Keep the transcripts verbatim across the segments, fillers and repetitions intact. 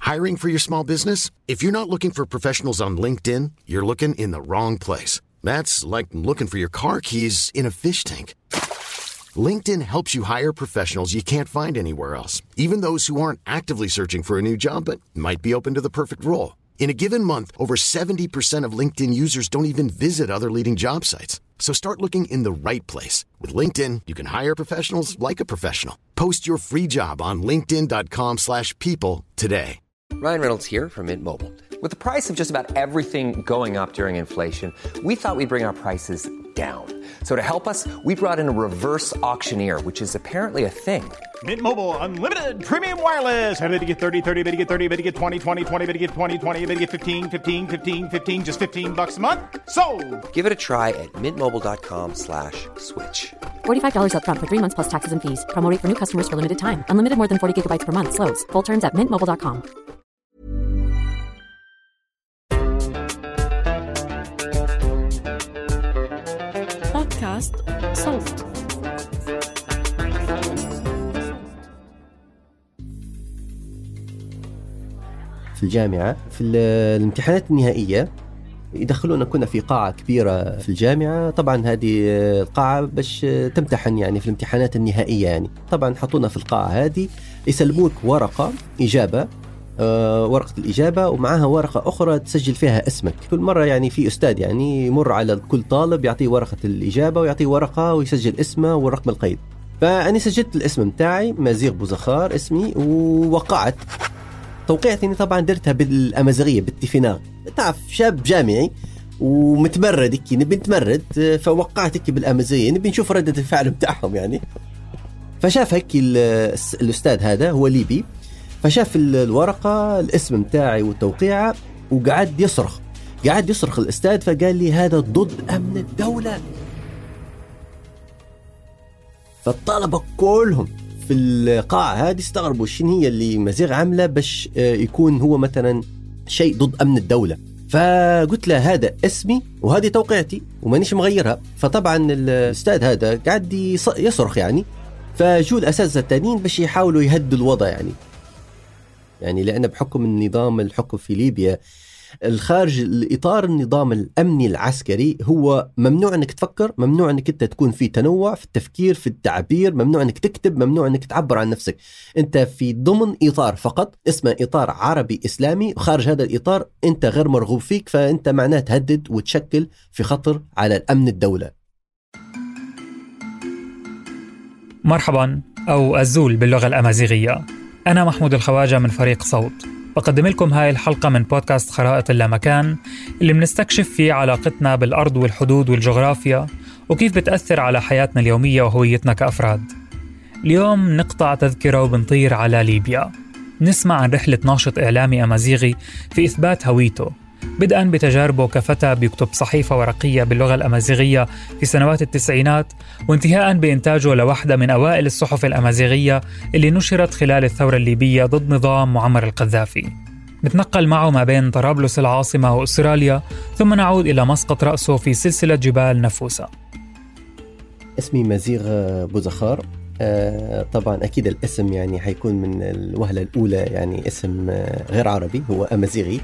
Hiring for your small business? If you're not looking for professionals on LinkedIn, you're looking in the wrong place. That's like looking for your car keys in a fish tank. LinkedIn helps you hire professionals you can't find anywhere else, even those who aren't actively searching for a new job but might be open to the perfect role. In a given month, over seventy percent of LinkedIn users don't even visit other leading job sites. So start looking in the right place. With LinkedIn, you can hire professionals like a professional. Post your free job on linkedin dot com slash people today. Ryan Reynolds here from Mint Mobile. With the price of just about everything going up during inflation, we thought we'd bring our prices down. So to help us, we brought in a reverse auctioneer, which is apparently a thing. Mint Mobile Unlimited Premium Wireless. How to get thirty, thirty, how to get thirty, how to get twenty, twenty, twenty, how to get twenty, twenty, how to get fifteen, fifteen, fifteen, fifteen, just fifteen bucks a month? Sold! Give it a try at mintmobile.com slash switch. forty-five dollars up front for three months plus taxes and fees. Promo rate for new customers for limited time. Unlimited more than forty gigabytes per month. Slows full terms at mint mobile dot com. بودكاست صوت. في الجامعة في الامتحانات النهائية يدخلونا، كنا في قاعة كبيرة في الجامعة. طبعا هذه القاعة باش تمتحن يعني في الامتحانات النهائية. يعني طبعا حطونا في القاعة هذه، يسلموك ورقة إجابة، آه ورقة الإجابة، ومعها ورقة أخرى تسجل فيها اسمك. كل مرة يعني في أستاذ يعني يمر على كل طالب يعطيه ورقة الإجابة ويعطيه ورقة ويسجل اسمه والرقم القيد. فأنا سجلت الاسم متاعي مازيغ بوزخار اسمي، ووقعت توقيعتني. طبعا درتها بالأمازيغية بالتفناغ، تعرف شاب جامعي ومتمرد كي نبي نتمرد، فوقعت كي بالأمازيغية نبي نشوف ردة الفعل بتاعهم يعني. فشاف هيك الأستاذ هذا هو ليبي، فشاف الورقة الاسم متاعي والتوقيعة وقعد يصرخ قعد يصرخ الأستاذ، فقال لي هذا ضد أمن الدولة. فالطلبة كلهم في القاعة هذه استغربوا شنو هي اللي مازيغ عاملة باش يكون هو مثلا شيء ضد أمن الدولة. فقلت له هذا اسمي وهذه توقيعتي ومانيش مغيرها. فطبعا الأستاذ هذا قاعد يصرخ يعني. فجوا الأساتذة التانيين باش يحاولوا يهدوا الوضع يعني يعني لأن بحكم النظام الحكم في ليبيا الخارج الإطار النظام الأمني العسكري، هو ممنوع أنك تفكر، ممنوع أنك أنت تكون في تنوع في التفكير في التعبير، ممنوع أنك تكتب، ممنوع أنك تعبر عن نفسك. أنت في ضمن إطار فقط اسمه إطار عربي إسلامي، وخارج هذا الإطار أنت غير مرغوب فيك، فأنت معناه تهدد وتشكل في خطر على الأمن الدولة. مرحبا أو الزول باللغة الأمازيغية. أنا محمود الخواجة من فريق صوت، بقدم لكم هاي الحلقة من بودكاست خرائط اللامكان اللي بنستكشف فيه علاقتنا بالأرض والحدود والجغرافيا وكيف بتأثر على حياتنا اليومية وهويتنا كأفراد. اليوم نقطع تذكرة وبنطير على ليبيا، نسمع عن رحلة ناشط إعلامي أمازيغي في إثبات هويته، بدءاً بتجاربه كفتى بيكتب صحيفة ورقية باللغة الأمازيغية في سنوات التسعينات، وانتهاءً بإنتاجه لوحدة من أوائل الصحف الأمازيغية اللي نشرت خلال الثورة الليبية ضد نظام معمر القذافي. نتنقل معه ما بين طرابلس العاصمة وأستراليا، ثم نعود إلى مسقط رأسه في سلسلة جبال نفوسة. اسمي مازيغ بوزخار. آه طبعا أكيد الاسم يعني حيكون من الوهلة الأولى يعني اسم غير عربي، هو أمازيغي.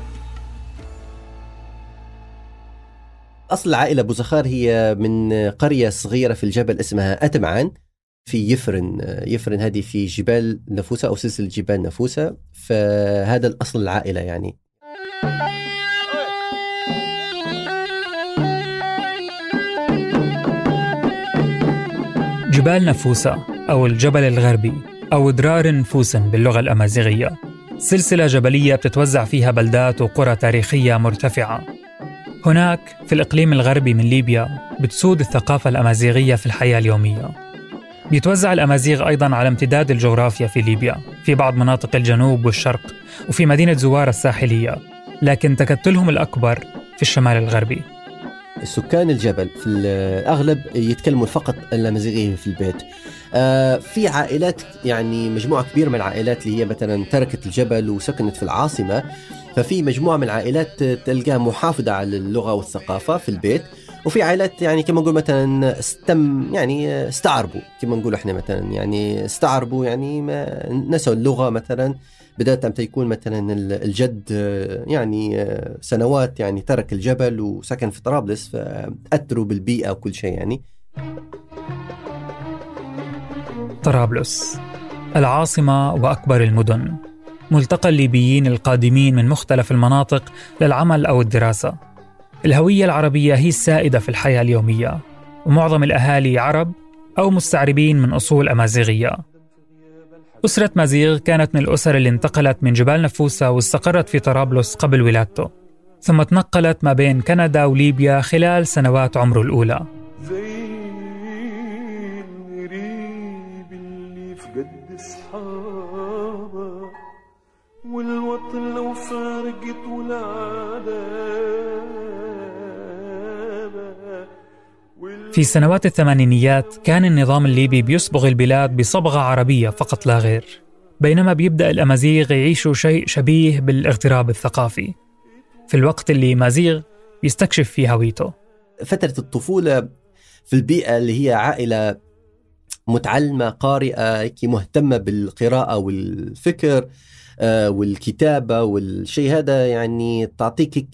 أصل العائلة بوزخار هي من قرية صغيرة في الجبل اسمها أتمعان في يفرن. يفرن هذه في جبال نفوسة أو سلسلة جبال نفوسة، فهذا الأصل العائلة يعني. جبال نفوسة أو الجبل الغربي أو درار نفوسن باللغة الأمازيغية، سلسلة جبلية بتتوزع فيها بلدات وقرى تاريخية مرتفعة. هناك في الإقليم الغربي من ليبيا بتسود الثقافة الأمازيغية في الحياة اليومية. بيتوزع الأمازيغ أيضاً على امتداد الجغرافيا في ليبيا، في بعض مناطق الجنوب والشرق وفي مدينة زوار الساحلية، لكن تكتلهم الأكبر في الشمال الغربي. السكان الجبل في الأغلب يتكلموا فقط الأمازيغية في البيت. آه في عائلات يعني مجموعة كبيرة من العائلات اللي هي مثلا تركت الجبل وسكنت في العاصمة، ففي مجموعة من العائلات تلقاها محافظة على اللغة والثقافة في البيت، وفي عائلات يعني كما نقول مثلا استم يعني استعربوا، كما نقول احنا مثلا يعني استعربوا يعني ما نسوا اللغة مثلا، بدأت أمتى يكون مثلا الجد يعني سنوات يعني ترك الجبل وسكن في طرابلس، فأثروا بالبيئة وكل شيء يعني. طرابلس العاصمة وأكبر المدن، ملتقى الليبيين القادمين من مختلف المناطق للعمل أو الدراسة. الهوية العربية هي السائدة في الحياة اليومية، ومعظم الأهالي عرب أو مستعربين من أصول أمازيغية. أسرة مازيغ كانت من الأسر اللي انتقلت من جبال نفوسة واستقرت في طرابلس قبل ولادته، ثم تنقلت ما بين كندا وليبيا خلال سنوات عمره الأولى. زي الغريب اللي في قد صحابه، والوطن لو فارقت والعذاب. في سنوات الثمانينيات كان النظام الليبي بيصبغ البلاد بصبغة عربية فقط لا غير، بينما بيبدأ الأمازيغ يعيشوا شيء شبيه بالاغتراب الثقافي في الوقت اللي مازيغ يستكشف فيه هويته. فترة الطفولة في البيئة اللي هي عائلة متعلمة قارئة مهتمة بالقراءة والفكر والكتابة والشيء هذا، يعني تعطيك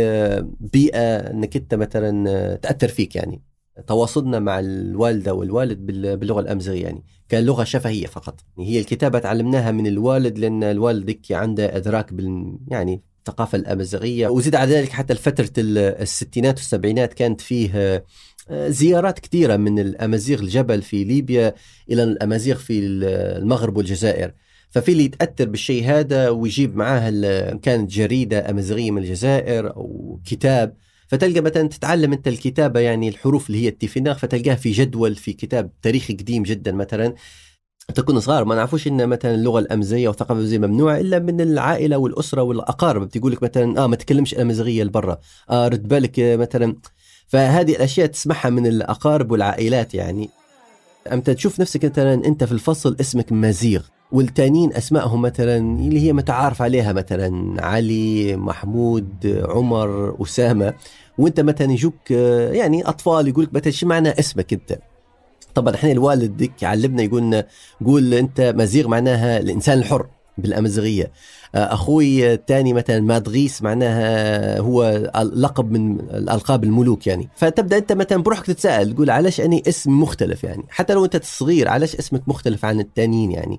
بيئة أنك أنت مثلا تأثر فيك. يعني تواصلنا مع الوالدة والوالد باللغة الأمازيغية، يعني كان لغة شفهية فقط. هي الكتابة تعلمناها من الوالد لأن الوالد عنده إدراك بال يعني الثقافة الأمازيغية، وزيد على ذلك حتى فترة الستينات والسبعينات كانت فيه زيارات كثيرة من الأمازيغ الجبل في ليبيا إلى الأمازيغ في المغرب والجزائر، ففي اللي يتأثر بالشيء هذا ويجيب معاه كانت جريدة أمازيغية من الجزائر أو كتاب، فتلقى مثلا تتعلم أنت الكتابة يعني الحروف اللي هي التيفيناغ، فتلقاها في جدول في كتاب تاريخي قديم جدا. مثلا تكون صغار ما نعرفوش إن مثلا اللغة الأمازيغية والثقافة الأمازيغية ممنوعة إلا من العائلة والأسرة والأقارب، بتقولك مثلا آه ما تكلمش الأمازيغية لبرا، آه رد بالك مثلا. فهذه الأشياء تسمعها من الأقارب والعائلات. يعني أمتى تشوف نفسك مثلا أنت في الفصل اسمك مازيغ والتانيين أسمائهم مثلا اللي هي متعارف عليها، مثلا علي، محمود، عمر، أسامة، وانت مثلا يجوك يعني أطفال يقولك مثلا شو معنى اسمك أنت. طبعا احنا الوالد ديك علمنا يقولنا قول أنت مازيغ معناها الإنسان الحر بالأمازيغية. أخوي الثاني مثلا مادغيس معناها هو لقب من الألقاب الملوك يعني. فتبدأ أنت مثلا بروحك تتساءل تقول علاش أني اسم مختلف، يعني حتى لو أنت صغير علاش اسمك مختلف عن التانيين. يعني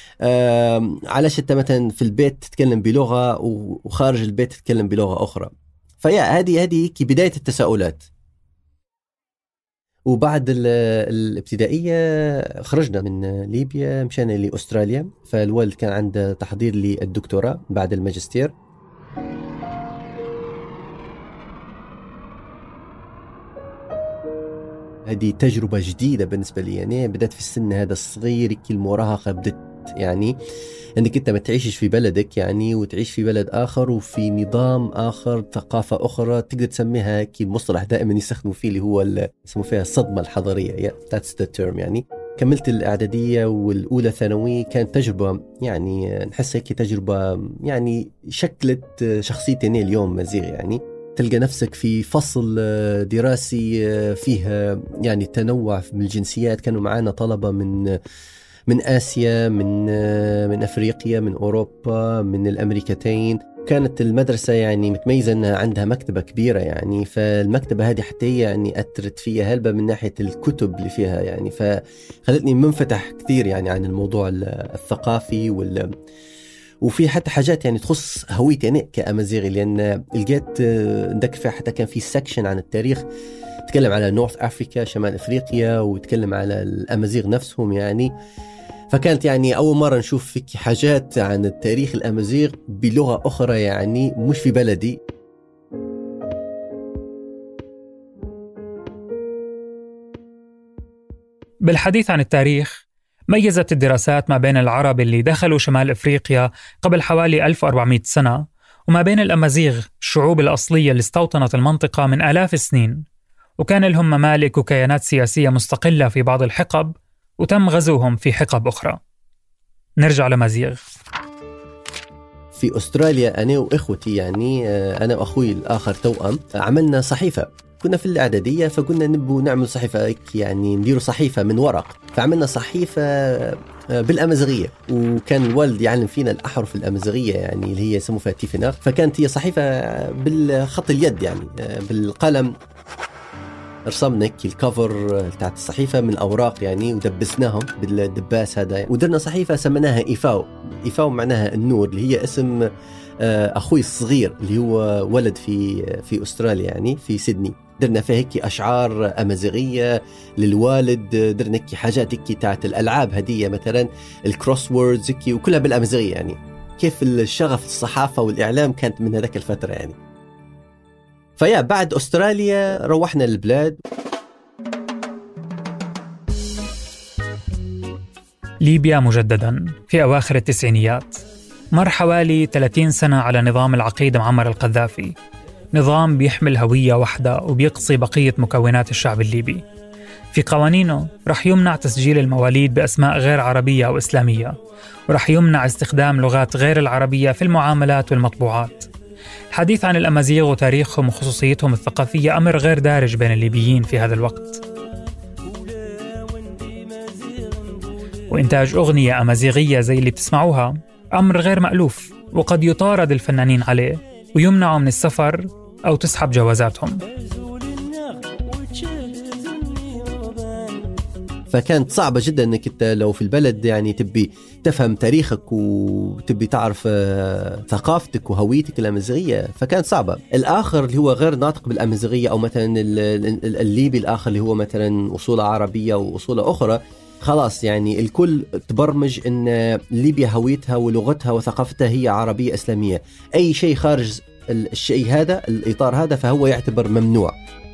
آه علاش أنت مثلا في البيت تتكلم بلغة وخارج البيت تتكلم بلغة أخرى. فيا هذه هذه بداية التساؤلات. وبعد الابتدائية خرجنا من ليبيا مشينا لأستراليا، فالوالد كان عنده تحضير للدكتوراه بعد الماجستير. هذه تجربة جديدة بالنسبة لي، يعني بدأت في السن هذا الصغير كي المراهقة بدأت يعني انك انت ما تعيشش في بلدك يعني وتعيش في بلد اخر وفي نظام اخر ثقافة اخرى، تقدر تسميها كي المصطلح دائما يستخدموا فيه اللي هو يسموا فيها الصدمة الحضارية. yeah, that's the term. يعني كملت الإعدادية والأولى ثانوي، كانت تجربة يعني نحس هيك تجربة يعني شكلت شخصيتي أنا اليوم مازيغ. يعني تلقى نفسك في فصل دراسي فيه يعني تنوع من الجنسيات، كانوا معانا طلبة من من آسيا، من من أفريقيا، من أوروبا، من الأمريكتين. كانت المدرسة يعني متميزة أنها عندها مكتبة كبيرة يعني، فالمكتبة هذه حتى يعني أثرت فيها هلبة من ناحية الكتب اللي فيها يعني، فخلتني منفتح كثير يعني عن الموضوع الثقافي وال وفي حتى حاجات يعني تخص هويتي أنا كأمازيغي، لأن لقيت عندك فيها حتى كان في سكشن عن التاريخ تكلم على نورث أفريقيا شمال أفريقيا وتكلم على الأمازيغ نفسهم يعني. فكانت يعني أول مرة نشوف فيك حاجات عن التاريخ الأمازيغ بلغة أخرى يعني مش في بلدي. بالحديث عن التاريخ، ميزت الدراسات ما بين العرب اللي دخلوا شمال أفريقيا قبل حوالي ألف وأربعمائة سنة وما بين الأمازيغ الشعوب الأصلية اللي استوطنت المنطقة من آلاف السنين، وكان لهم ممالك وكيانات سياسية مستقلة في بعض الحقب وتم غزوهم في حقب أخرى. نرجع لمازيغ. في أستراليا أنا وإخوتي يعني أنا وأخوي الآخر توأم عملنا صحيفة، كنا في الإعدادية فقلنا نبغى نعمل صحيفة يعني نديروا صحيفة من ورق، فعملنا صحيفة بالأمازيغية، وكان الوالد يعلم فينا الأحرف الأمازيغية يعني اللي هي يسموها تيفينار. فكانت هي صحيفة بالخط اليد يعني بالقلم، رسمنا الكفر بتاعت الصحيفة من الأوراق يعني ودبسناهم بالدباس هذا، ودرنا صحيفة سميناها إيفاو. إيفاو معناها النور، اللي هي اسم أخوي الصغير اللي هو ولد في في أستراليا يعني في سيدني. درنا فيها هيك أشعار أمازيغية للوالد، درنا هيك حاجات هيك تاعت الألعاب هدية مثلا الكروس ووردز هيك، وكلها بالأمازيغية يعني. كيف الشغف الصحافة والإعلام كانت من هذاك الفترة يعني. فيا بعد أستراليا روحنا للبلاد. ليبيا مجددا في أواخر التسعينيات. مر حوالي ثلاثين سنة على نظام العقيد معمر القذافي، نظام بيحمل هوية واحدة وبيقصي بقية مكونات الشعب الليبي. في قوانينه رح يمنع تسجيل المواليد بأسماء غير عربية أو إسلامية، ورح يمنع استخدام لغات غير العربية في المعاملات والمطبوعات. الحديث عن الأمازيغ وتاريخهم وخصوصيتهم الثقافية أمر غير دارج بين الليبيين في هذا الوقت. وإنتاج أغنية أمازيغية زي اللي بتسمعوها أمر غير مألوف، وقد يطارد الفنانين عليه ويمنعوا من السفر أو تسحب جوازاتهم. فكانت صعبة جدا أنك أنت لو في البلد يعني تبي تفهم تاريخك وتبي تعرف ثقافتك وهويتك الأمازيغية، فكانت صعبة. الآخر اللي هو غير ناطق بالأمازيغية أو مثلا الليبي الآخر اللي هو مثلا أصولة عربية وأصولة أخرى، خلاص يعني الكل تبرمج أن ليبيا هويتها ولغتها وثقافتها هي عربية إسلامية. أي شيء خارج الشيء هذا الإطار هذا فهو يعتبر ممنوع.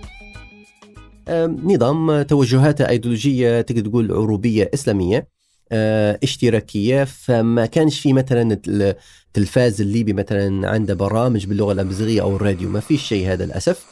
نظام توجهات أيديولوجية تقدر تقول عروبية إسلامية اشتراكية. فما كانش في مثلا التلفاز الليبي مثلا عنده برامج باللغة الأمازيغية أو الراديو، ما فيش شيء هذا للأسف.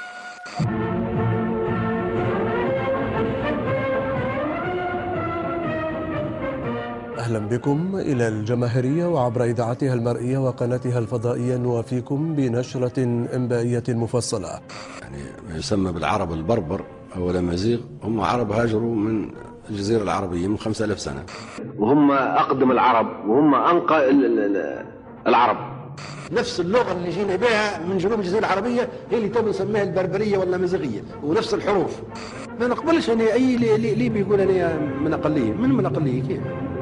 أهلا بكم إلى الجماهيرية وعبر إذاعتها المرئية وقناتها الفضائية، نوافيكم بنشرة إنبائية مفصلة. يعني يسمى بالعرب البربر أو الأمازيغ، هم عرب هاجروا من الجزيرة العربية من خمسة ألاف سنة، وهم أقدم العرب وهم أنقى العرب. نفس اللغة اللي جينا بها من جنوب الجزيرة العربية هي اللي تم نسميها البربرية والأمازيغية، ونفس الحروف. ما نقبلش أنا أي لي, لي بيقول أنا من أقلية. من من أقلية كيف؟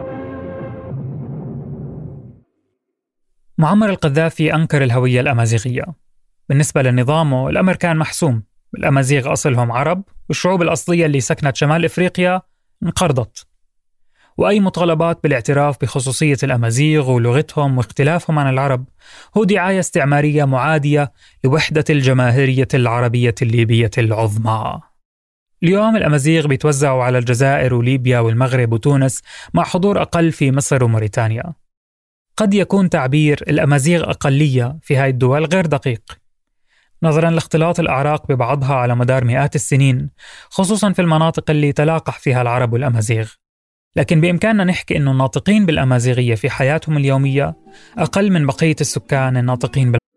معمر القذافي أنكر الهوية الأمازيغية. بالنسبة لنظامه الأمر كان محسوم، الأمازيغ أصلهم عرب، والشعوب الأصلية اللي سكنت شمال إفريقيا انقرضت. وأي مطالبات بالاعتراف بخصوصية الأمازيغ ولغتهم واختلافهم عن العرب هو دعاية استعمارية معادية لوحدة الجماهيرية العربية الليبية العظمى. اليوم الأمازيغ بيتوزعوا على الجزائر وليبيا والمغرب وتونس، مع حضور أقل في مصر وموريتانيا. قد يكون تعبير الأمازيغ أقلية في هاي الدول غير دقيق، نظراً لاختلاط الأعراق ببعضها على مدار مئات السنين، خصوصاً في المناطق اللي تلاقح فيها العرب والأمازيغ. لكن بإمكاننا نحكي إنه الناطقين بالأمازيغية في حياتهم اليومية أقل من بقية السكان الناطقين بال...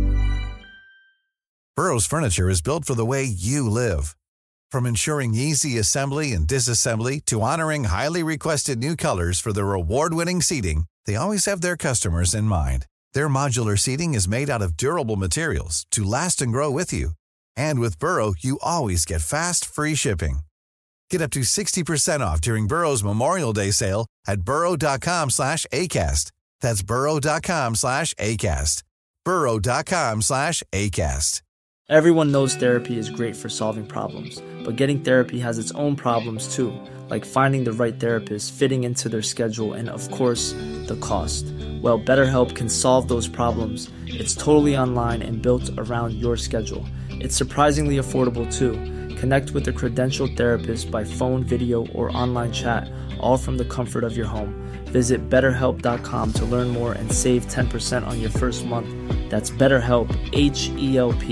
Burrow's furniture is built for the way you live. From ensuring easy assembly and disassembly to honoring highly requested new colors for their award-winning seating, they always have their customers in mind. Their modular seating is made out of durable materials to last and grow with you. And with Burrow, you always get fast, free shipping. Get up to sixty percent off during Burrow's Memorial Day sale at burrow.com slash ACAST. That's burrow.com slash ACAST. burrow.com slash ACAST. Everyone knows therapy is great for solving problems, but getting therapy has its own problems too, like finding the right therapist, fitting into their schedule, and of course, the cost. Well, BetterHelp can solve those problems. It's totally online and built around your schedule. It's surprisingly affordable too. Connect with a credentialed therapist by phone, video, or online chat, all from the comfort of your home. Visit better help dot com to learn more and save ten percent on your first month. That's BetterHelp, H E L P.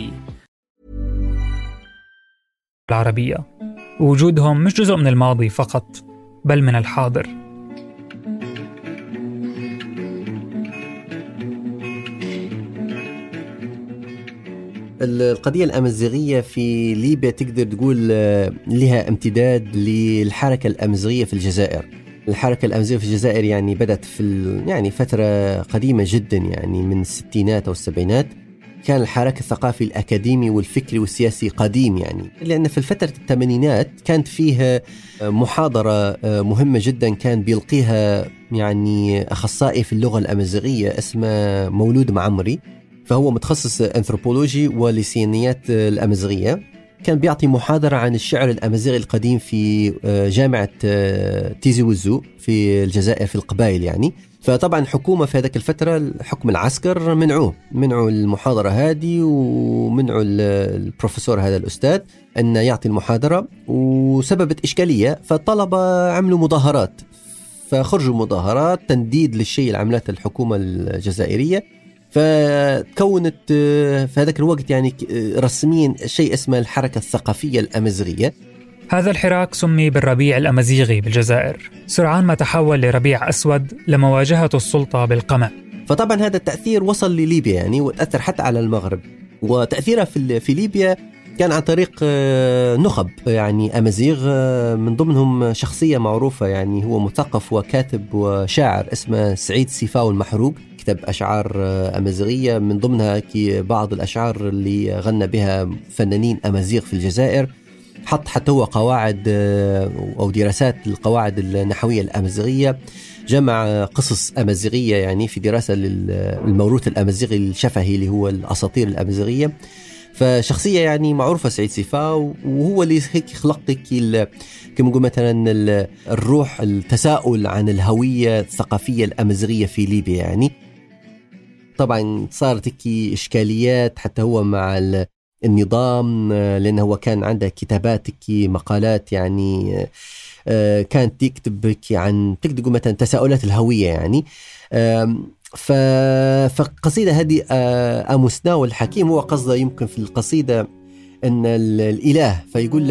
العربية، ووجودهم مش جزء من الماضي فقط، بل من الحاضر. القضية الأمازيغية في ليبيا تقدر تقول لها امتداد للحركة الأمازيغية في الجزائر. الحركة الأمازيغية في الجزائر يعني بدأت في يعني فترة قديمة جدا، يعني من الستينات أو السبعينات. كان الحراك الثقافي الأكاديمي والفكري والسياسي قديم، يعني لأن في الفترة الثمانينات كانت فيه محاضرة مهمة جدا كان بيلقيها يعني أخصائي في اللغة الأمازيغية اسمه مولود معمري، فهو متخصص أنثروبولوجي ولسانيات الأمازيغية. كان بيعطي محاضرة عن الشعر الأمازيغي القديم في جامعة تيزي وزو في الجزائر في القبائل يعني. فطبعا الحكومة في هذاك الفترة حكم العسكر منعوه منعوا المحاضرة هذه ومنعوا البروفيسور هذا الأستاذ أن يعطي المحاضرة، وسببت إشكالية فالطلبة عملوا مظاهرات، فخرجوا مظاهرات تنديد للشيء اللي عملته الحكومة الجزائرية. فتكونت في هذاك الوقت يعني رسميا شيء اسمه الحركة الثقافية الأمازيغية. هذا الحراك سمي بالربيع الأمازيغي بالجزائر، سرعان ما تحول لربيع أسود لمواجهة السلطة بالقمع. فطبعا هذا التأثير وصل لليبيا يعني، وتأثر حتى على المغرب. وتأثيرها في في ليبيا كان عن طريق نخب يعني أمازيغ، من ضمنهم شخصية معروفة يعني هو مثقف وكاتب وشاعر اسمه سعيد سيفاو المحروق، كتب أشعار أمازيغية، من ضمنها بعض الأشعار اللي غنى بها فنانين أمازيغ في الجزائر. حط حتى هو قواعد أو دراسات القواعد النحوية الأمازيغية، جمع قصص أمازيغية يعني في دراسة للموروث الأمازيغي الشفهي اللي هو الأساطير الأمازيغية. فشخصية يعني معروفة سعيد سيفاو، وهو اللي هيك خلق لك كما نقول مثلا الروح التساؤل عن الهوية الثقافية الأمازيغية في ليبيا يعني. طبعا صارت هيك إشكاليات حتى هو مع النظام، لأنه هو كان عنده كتابات هيك مقالات يعني كانت تكتب عن تكتب مثلا تساؤلات الهوية يعني. فالقصيدة هذه أموسناو الحكيم هو قصده يمكن في القصيدة أن الإله، فيقول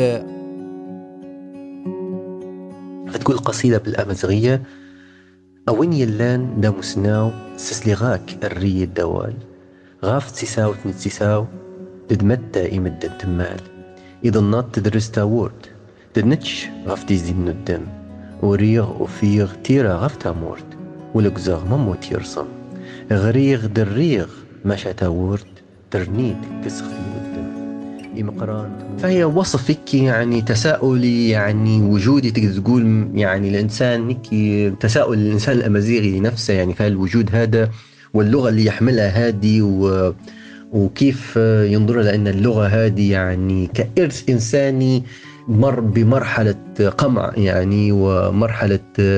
تقول القصيدة بالأمازيغية: أوين يلان داموسناو سسلغاك الري الدوال غاف تساو تنتساو تدمتا إمد التمال إذا النات تدرس تاورد تدنتش غاف تيزين الدم وريغ وفيغ تيرا غاف تامورد ولقزاغ مموت يرسم غريغ دريغ ماشا تاورد ترنيد تسخي الدم إمقران. فهي وصفك يعني تساؤلي يعني وجودي، تقدر تقول يعني الإنسان نكي تساؤل الإنسان الأمازيغي لنفسه يعني في الوجود هذا واللغة اللي يحملها هذه و وكيف ينظر لأن اللغة هذه يعني كإرث إنساني مر بمرحلة قمع يعني، ومرحلة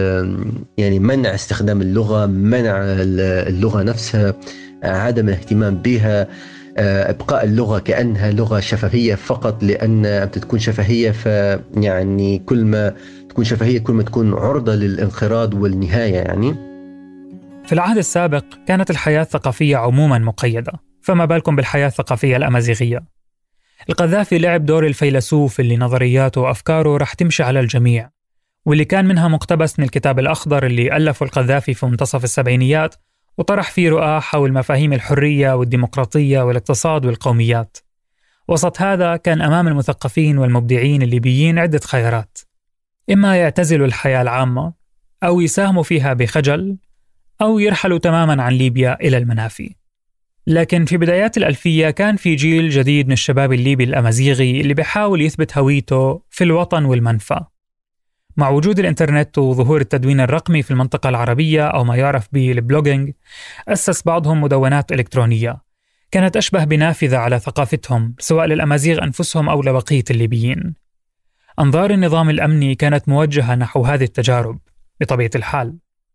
يعني منع استخدام اللغة، منع اللغة نفسها، عدم الاهتمام بها، إبقاء اللغة كأنها لغة شفهية فقط لأن تكون شفهية، فيعني كل ما تكون شفهية كل ما تكون عرضة للانقراض والنهاية يعني. في العهد السابق كانت الحياة الثقافية عموما مقيدة، فما بالكم بالحياة الثقافية الأمازيغية. القذافي لعب دور الفيلسوف اللي نظرياته وأفكاره رح تمشي على الجميع، واللي كان منها مقتبس من الكتاب الأخضر اللي ألفه القذافي في منتصف السبعينيات وطرح فيه رؤى حول مفاهيم الحرية والديمقراطية والاقتصاد والقوميات. وسط هذا كان أمام المثقفين والمبدعين الليبيين عدة خيارات: إما يعتزلوا الحياة العامة، أو يساهموا فيها بخجل، أو يرحلوا تماما عن ليبيا إلى المنافي. لكن في بدايات الألفية كان في جيل جديد من الشباب الليبي الأمازيغي اللي بيحاول يثبت هويته في الوطن والمنفى. مع وجود الإنترنت وظهور التدوين الرقمي في المنطقة العربية أو ما يعرف بالبلوجينج، أسس بعضهم مدونات إلكترونية كانت أشبه بنافذة على ثقافتهم سواء للأمازيغ أنفسهم أو لبقية الليبيين. أنظار النظام الأمني كانت موجهة نحو هذه التجارب بطبيعة الحال،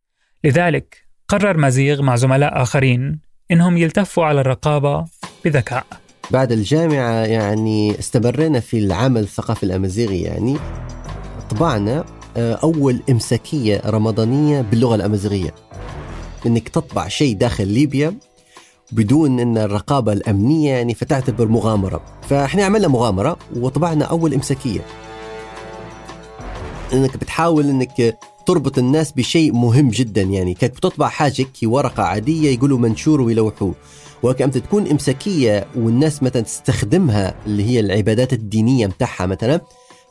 لذلك قرر مازيغ مع زملاء آخرين إنهم يلتفوا على الرقابة بذكاء. بعد الجامعة يعني استمرنا في العمل الثقافي الأمازيغي يعني. طبعنا أول إمساكية رمضانية باللغة الأمازيغية، إنك تطبع شيء داخل ليبيا بدون إن الرقابة الأمنية يعني فتعتبر مغامرة. فإحنا عملنا مغامرة وطبعنا أول إمساكية، إنك بتحاول إنك تربط الناس بشيء مهم جدا يعني. كانت بتطبع حاجة كي ورقة عادية يقولوا منشور ويلوحوه، ولكن تكون إمساكية والناس مثلا تستخدمها اللي هي العبادات الدينية متاعها مثلا،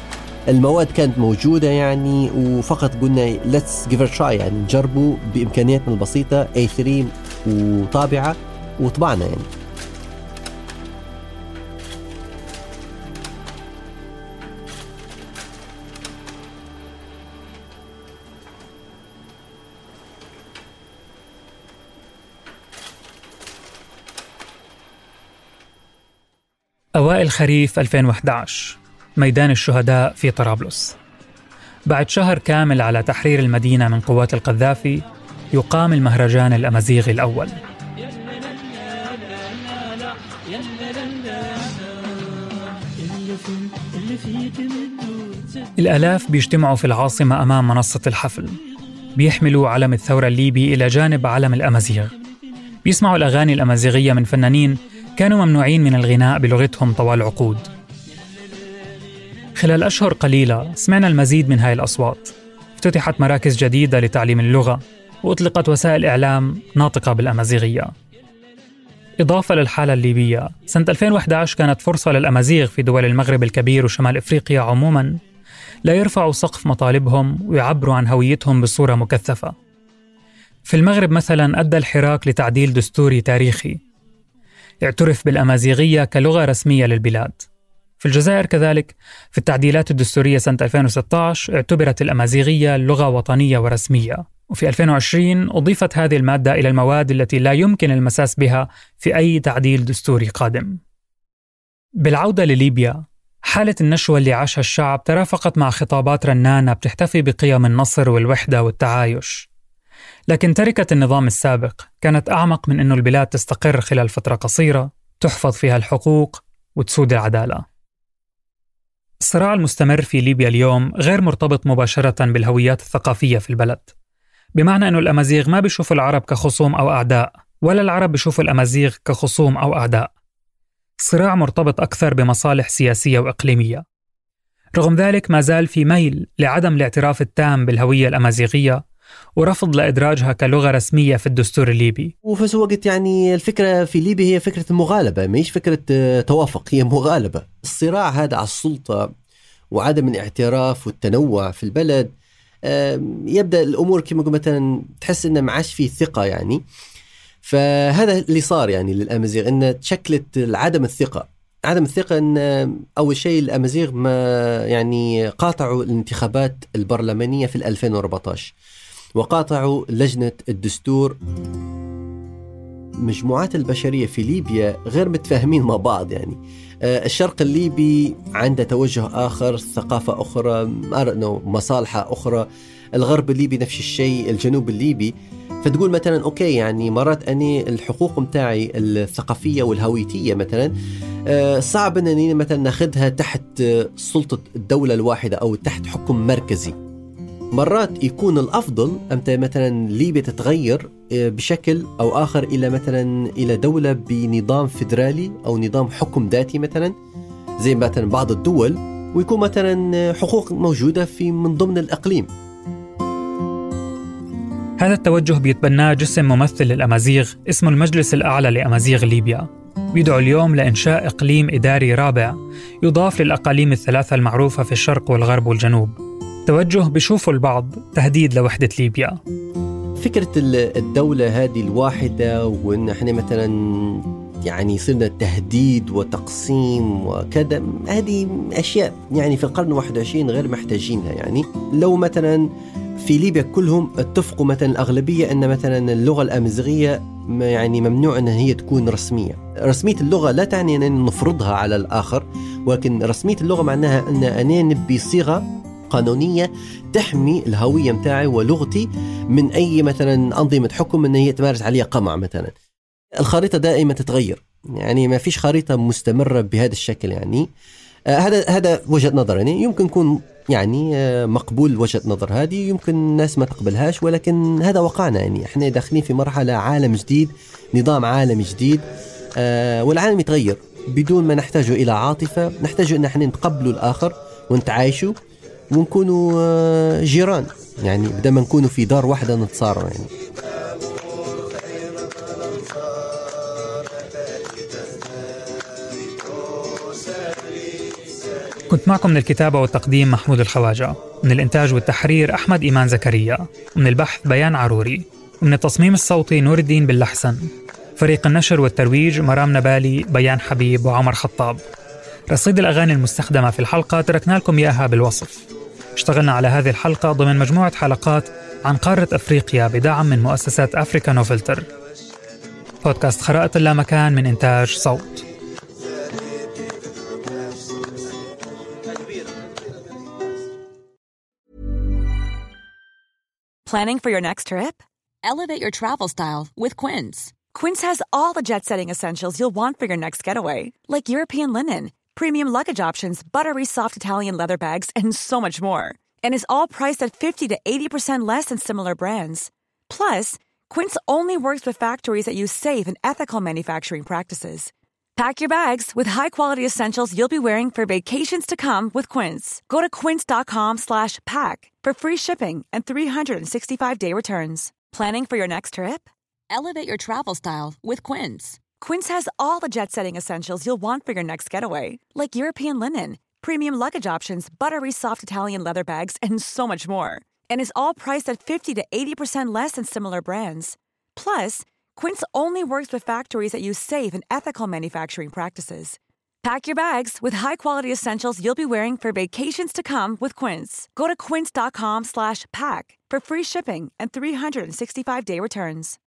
المواد كانت موجودة يعني، وفقط قلنا let's give it a try يعني نجربوا بإمكانياتنا البسيطة إيه ثري وطابعة وطبعنا يعني. أوائل خريف ألفين وإحدى عشر، ميدان الشهداء في طرابلس. بعد شهر كامل على تحرير المدينة من قوات القذافي يقام المهرجان الأمازيغي الأول. الآلاف بيجتمعوا في العاصمة أمام منصة الحفل، بيحملوا علم الثورة الليبي إلى جانب علم الأمازيغ، بيسمعوا الأغاني الأمازيغية من فنانين كانوا ممنوعين من الغناء بلغتهم طوال عقود. خلال أشهر قليلة سمعنا المزيد من هاي الأصوات، افتتحت مراكز جديدة لتعليم اللغة، وأطلقت وسائل إعلام ناطقة بالأمازيغية. إضافة للحالة الليبية، سنة ألفين وإحدى عشر كانت فرصة للأمازيغ في دول المغرب الكبير وشمال إفريقيا عموماً لا يرفعوا سقف مطالبهم ويعبروا عن هويتهم بصورة مكثفة. في المغرب مثلاً أدى الحراك لتعديل دستوري تاريخي اعترف بالأمازيغية كلغة رسمية للبلاد. في الجزائر كذلك في التعديلات الدستورية سنة ألفين وستة عشر اعتبرت الأمازيغية لغة وطنية ورسمية، وفي ألفين وعشرين أضيفت هذه المادة إلى المواد التي لا يمكن المساس بها في أي تعديل دستوري قادم. بالعودة لليبيا، حالة النشوة اللي عاشها الشعب ترافقت مع خطابات رنانة بتحتفي بقيم النصر والوحدة والتعايش، لكن تركة النظام السابق كانت أعمق من أنه البلاد تستقر خلال فترة قصيرة تحفظ فيها الحقوق وتسود العدالة. الصراع المستمر في ليبيا اليوم غير مرتبط مباشرة بالهويات الثقافية في البلد، بمعنى أنه الأمازيغ ما بيشوفوا العرب كخصوم أو أعداء، ولا العرب بيشوفوا الأمازيغ كخصوم أو أعداء. الصراع مرتبط أكثر بمصالح سياسية وإقليمية. رغم ذلك ما زال في ميل لعدم الاعتراف التام بالهوية الأمازيغية ورفض لإدراجها كلغة رسمية في الدستور الليبي. وفي نفس الوقت يعني الفكرة في ليبيا هي فكرة المغالبة، مش فكرة توافق، هي مغالبة. الصراع هذا على السلطة وعدم الاعتراف والتنوع في البلد يبدأ الأمور كما قلت مثلا تحس إنه ما عادش فيه ثقة يعني. فهذا اللي صار يعني للأمازيغ، إن تشكلت عدم الثقة. عدم الثقة إن أول شيء الأمازيغ ما يعني قاطعوا الانتخابات البرلمانية في ألفين وأربعة عشر، وقاطعوا لجنة الدستور. مجموعات البشرية في ليبيا غير متفاهمين مع بعض يعني. الشرق الليبي عنده توجه آخر، ثقافة أخرى، مصالحة أخرى. الغرب الليبي نفس الشيء، الجنوب الليبي. فتقول مثلا أوكي يعني مرات أني الحقوق متاعي الثقافية والهويتية مثلا صعب أنني مثلا ناخدها تحت سلطة الدولة الواحدة أو تحت حكم مركزي. مرات يكون الأفضل أنت مثلا ليبيا تتغير بشكل أو آخر إلى مثلا إلى دولة بنظام فيدرالي أو نظام حكم ذاتي مثلا زي مثلا بعض الدول، ويكون مثلا حقوق موجودة في من ضمن الإقليم. هذا التوجه بيتبناه جسم ممثل للأمازيغ اسمه المجلس الأعلى لأمازيغ ليبيا، بيدعو اليوم لإنشاء إقليم إداري رابع يضاف للأقاليم الثلاثة المعروفة في الشرق والغرب والجنوب. توجه بيشوفوا البعض تهديد لوحدة ليبيا. فكرة الدولة هذه الواحدة وإن احنا مثلا يعني صرنا تهديد وتقسيم وكذا، هذه أشياء يعني في القرن الواحد والعشرين غير محتاجينها. يعني لو مثلا في ليبيا كلهم اتفقوا مثلا الأغلبية أن مثلا اللغة الأمازيغية يعني ممنوع أن هي تكون رسمية. رسمية اللغة لا تعني أن نفرضها على الآخر، ولكن رسمية اللغة معناها أن أنا نبي صيغة قانونية تحمي الهوية متاعي ولغتي من أي مثلا أنظمة حكم أن هي تمارس عليها قمع مثلا. الخريطة دائما تتغير، يعني ما فيش خريطة مستمرة بهذا الشكل. يعني آه هذا هذا وجهة نظر، يعني يمكن يكون يعني آه مقبول وجهة نظر هذه، يمكن الناس ما تقبلهاش، ولكن هذا وقعنا. يعني احنا داخلين في مرحلة عالم جديد، نظام عالم جديد، آه والعالم يتغير بدون ما نحتاج إلى عاطفة. نحتاج أن احنا نتقبلوا الآخر ونتعايشوا ونكونوا جيران، يعني بدل ما نكونوا في دار واحدة نتصاروا. يعني كنت معكم من الكتابة والتقديم محمود الخواجة، من الإنتاج والتحرير أحمد إيمان زكريا، ومن البحث بيان عروري، ومن التصميم الصوتي نور الدين باللحسن. فريق النشر والترويج مرام نبالي، بيان حبيب، وعمر خطاب. رصيد الأغاني المستخدمة في الحلقة تركنا لكم إياها بالوصف. اشتغلنا على هذه الحلقة ضمن مجموعة حلقات عن قارة أفريقيا بدعم من مؤسسة أفريكا نوفلتر. بودكاست خرائط اللامكان من إنتاج صوت. Planning for your next trip? Elevate your travel style with Quince. Quince has all the jet-setting essentials you'll want for your next getaway, like European linen, premium luggage options, buttery soft Italian leather bags, and so much more. And is all priced at fifty to eighty percent less than similar brands. Plus, Quince only works with factories that use safe and ethical manufacturing practices. Pack your bags with high-quality essentials you'll be wearing for vacations to come with Quince. Go to quince.com slash pack for free shipping and three sixty-five day returns. Planning for your next trip? Elevate your travel style with Quince. Quince has all the jet-setting essentials you'll want for your next getaway, like European linen, premium luggage options, buttery soft Italian leather bags, and so much more. And is all priced at fifty to eighty percent less than similar brands. Plus, Quince only works with factories that use safe and ethical manufacturing practices. Pack your bags with high-quality essentials you'll be wearing for vacations to come with Quince. Go to quince.com slash pack for free shipping and three sixty-five day returns.